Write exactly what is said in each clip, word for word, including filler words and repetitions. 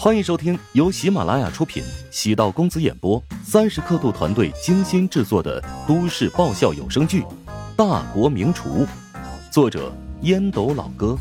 欢迎收听由喜马拉雅出品，喜道公子演播，三十刻度团队精心制作的都市爆笑有声剧《大国名厨》，作者烟斗老哥，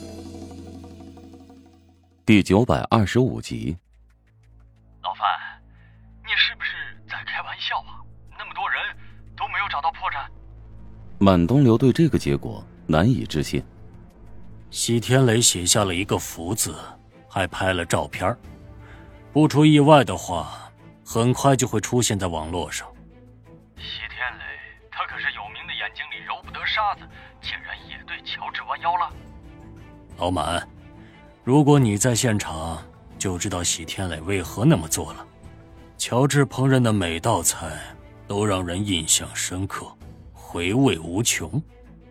第九百二十五集。 老范，你是不是在开玩笑啊？那么多人都没有找到破绽。 满东流对这个结果难以置信。 席天磊写下了一个福字，还拍了照片，不出意外的话，很快就会出现在网络上。 席天磊，他可是有名的眼睛里揉不得沙子，竟然也对乔治弯腰了。 老满，如果你在现场，就知道席天磊为何那么做了。乔治烹饪的每道菜都让人印象深刻，回味无穷。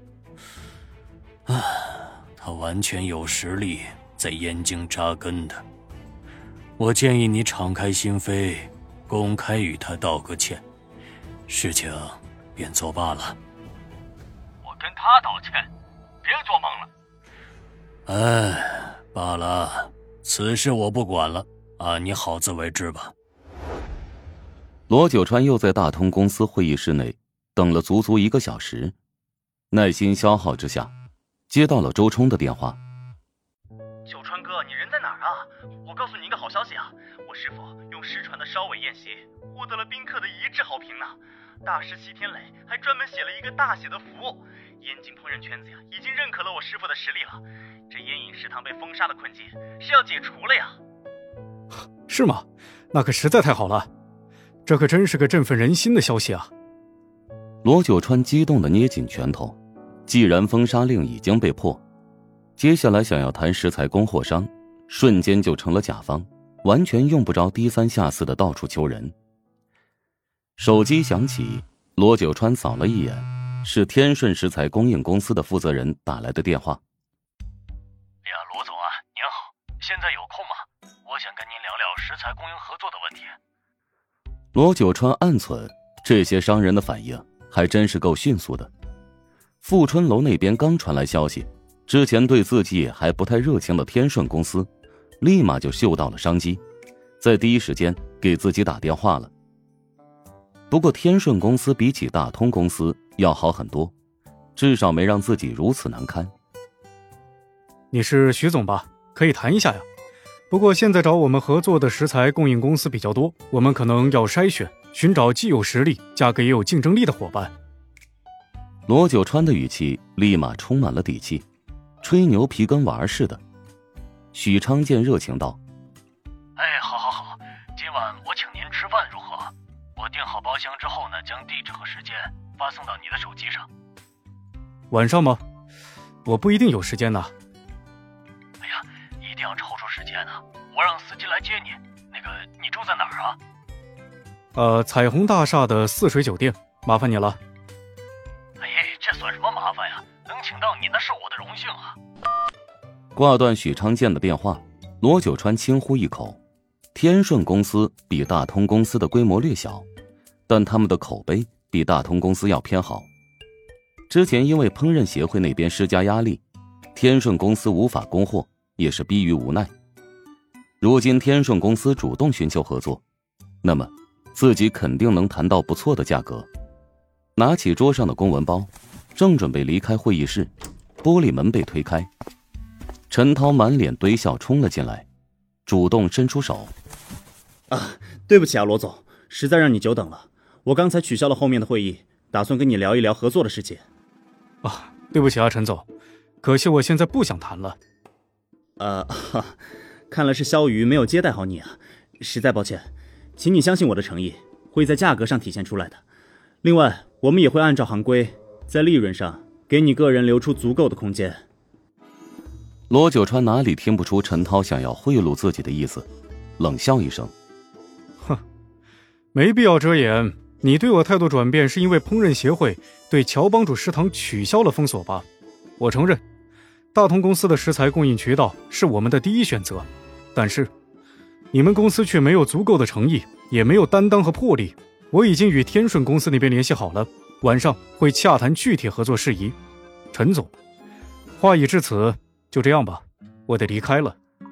唉，他完全有实力在燕京扎根的。我建议你敞开心扉，公开与他道个歉，事情便作罢了。 我跟他道歉，别做梦了。哎，罢了，此事我不管了，按你好自为之吧。 罗九川又在大通公司会议室内等了足足一个小时，耐心消耗之下，接到了周冲的电话。 九川哥，你人在哪儿啊？我告诉你一个好消息啊，我师傅用失传的烧尾宴席获得了宾客的一致好评呢。大师席天磊还专门写了一个大写的符，燕京烹饪圈子呀已经认可了我师傅的实力了。这烟瘾食堂被封杀的困境是要解除了呀。 是吗？那可实在太好了，这可真是个振奋人心的消息啊。 罗九川激动地捏紧拳头，既然封杀令已经被破，接下来想要谈食材供货商，瞬间就成了甲方，完全用不着低三下四的到处求人。手机响起，罗九川扫了一眼，是天顺食材供应公司的负责人打来的电话。 呀，罗总啊，您好，现在有空吗？我想跟您聊聊食材供应合作的问题。 罗九川暗忖，这些商人的反应还真是够迅速的。富春楼那边刚传来消息，之前对自己还不太热情的天顺公司立马就嗅到了商机，在第一时间给自己打电话了。不过天顺公司比起大通公司要好很多，至少没让自己如此难堪。 你是徐总吧？可以谈一下呀。不过现在找我们合作的食材供应公司比较多，我们可能要筛选，寻找既有实力价格也有竞争力的伙伴。 罗九川的语气立马充满了底气，吹牛皮跟玩似的。许昌健热情道： 哎，好好好，今晚我请您吃饭如何？我订好包厢之后呢，将地址和时间发送到你的手机上。 晚上吗？我不一定有时间呢。 哎呀，一定要抽出时间啊，我让司机来接你。那个，你住在哪儿啊？ 呃，彩虹大厦的泗水酒店，麻烦你了。 哎，这算什么麻烦呀？能请到你那是我的荣幸啊。 挂断许昌健的电话，罗九川轻呼一口。天顺公司比大通公司的规模略小，但他们的口碑比大通公司要偏好。之前因为烹饪协会那边施加压力，天顺公司无法供货，也是逼于无奈。如今天顺公司主动寻求合作，那么自己肯定能谈到不错的价格。拿起桌上的公文包，正准备离开会议室，玻璃门被推开，陈涛满脸堆笑冲了进来，主动伸出手。 啊，对不起啊，罗总，实在让你久等了。我刚才取消了后面的会议，打算跟你聊一聊合作的事情。 啊，对不起啊，陈总，可惜我现在不想谈了。 呃，哈，看来是肖瑜没有接待好你啊，实在抱歉，请你相信我的诚意，会在价格上体现出来的。另外，我们也会按照行规，在利润上给你个人留出足够的空间。 罗九川哪里听不出陈涛想要贿赂自己的意思，冷笑一声： 哼，没必要遮掩，你对我态度转变是因为烹饪协会对乔帮主食堂取消了封锁吧？我承认，大同公司的食材供应渠道是我们的第一选择，但是你们公司却没有足够的诚意，也没有担当和魄力。我已经与天顺公司那边联系好了，晚上会洽谈具体合作事宜。陈总，话已至此，就这样吧，我得离开了。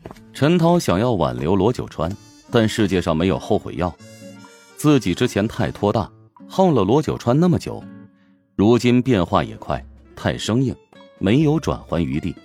陈涛想要挽留罗九川，但世界上没有后悔药。自己之前太拖大，耗了罗九川那么久，如今变化也快，太生硬，没有转圜余地。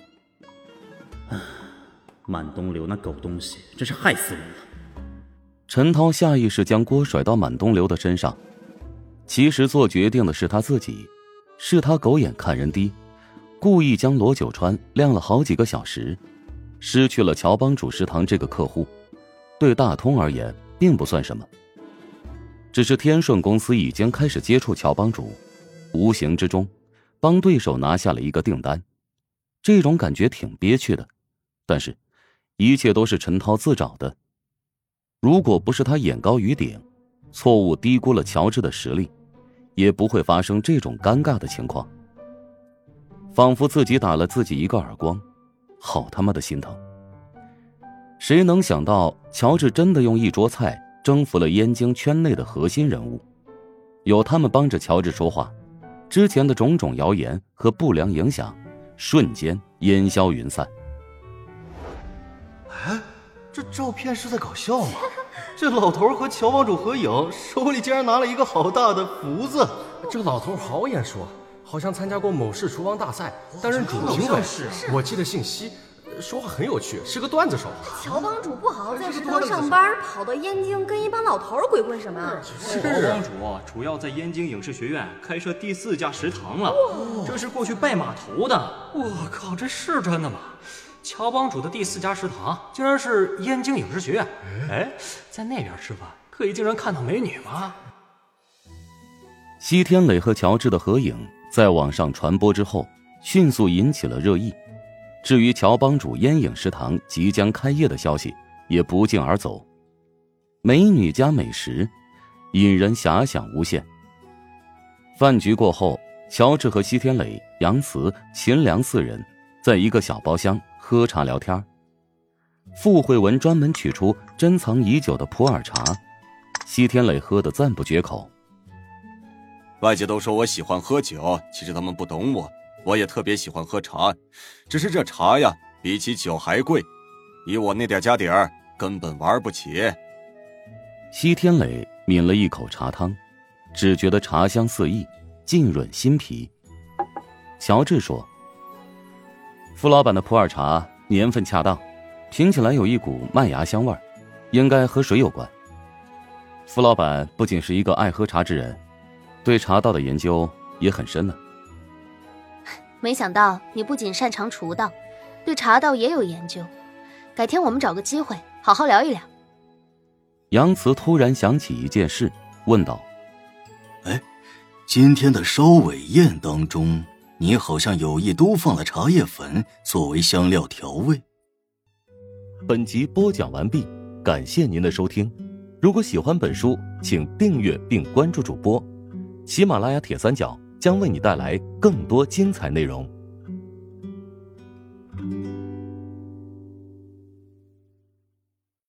满东流那狗东西真是害死人了。 陈涛下意识将锅甩到满东流的身上，其实做决定的是他自己，是他狗眼看人低，故意将罗九川晾了好几个小时，失去了乔帮主食堂这个客户，对大通而言并不算什么。只是天顺公司已经开始接触乔帮主，无形之中帮对手拿下了一个订单，这种感觉挺憋屈的，但是一切都是陈涛自找的。如果不是他眼高于顶，错误低估了乔治的实力，也不会发生这种尴尬的情况。仿佛自己打了自己一个耳光，好他妈的心疼。谁能想到乔治真的用一桌菜征服了燕京圈内的核心人物，有他们帮着乔治说话，之前的种种谣言和不良影响瞬间烟消云散。 哎，这照片是在搞笑吗？这老头和乔帮主合影，手里竟然拿了一个好大的福子。 这老头好眼熟，好像参加过某市厨房大赛，担任主评委。我记得姓西，说话很有趣，是个段子手。 乔帮主不好好在食堂上班，跑到燕京跟一帮老头鬼混什么？ 乔帮主主要在燕京影视学院开设第四家食堂了，这是过去拜码头的。 我靠，这是真的吗？乔帮主的第四家食堂竟然是燕京影视学院。哎，在那边吃饭可以经常看到美女吗？ 西天磊和乔治的合影在网上传播之后，迅速引起了热议。至于乔帮主燕影食堂即将开业的消息也不胫而走。美女加美食，引人遐想无限。饭局过后，乔治和西天磊、杨慈、秦良四人在一个小包厢喝茶聊天。傅慧文专门取出珍藏已久的普洱茶，西天磊喝得赞不绝口。 外界都说我喜欢喝酒，其实他们不懂我，我也特别喜欢喝茶，只是这茶呀比起酒还贵，以我那点家底儿根本玩不起。 西天磊抿了一口茶汤，只觉得茶香四溢，浸润心脾。乔治说，傅老板的普洱茶年份恰当，听起来有一股麦芽香味，应该和水有关。傅老板不仅是一个爱喝茶之人，对茶道的研究也很深呢。 没想到你不仅擅长厨道，对茶道也有研究，改天我们找个机会好好聊一聊。 杨慈突然想起一件事，问道： 哎，今天的烧尾宴当中，你好像有意多放了茶叶粉作为香料调味。 本集播讲完毕，感谢您的收听。如果喜欢本书，请订阅并关注主播。喜马拉雅铁三角将为你带来更多精彩内容。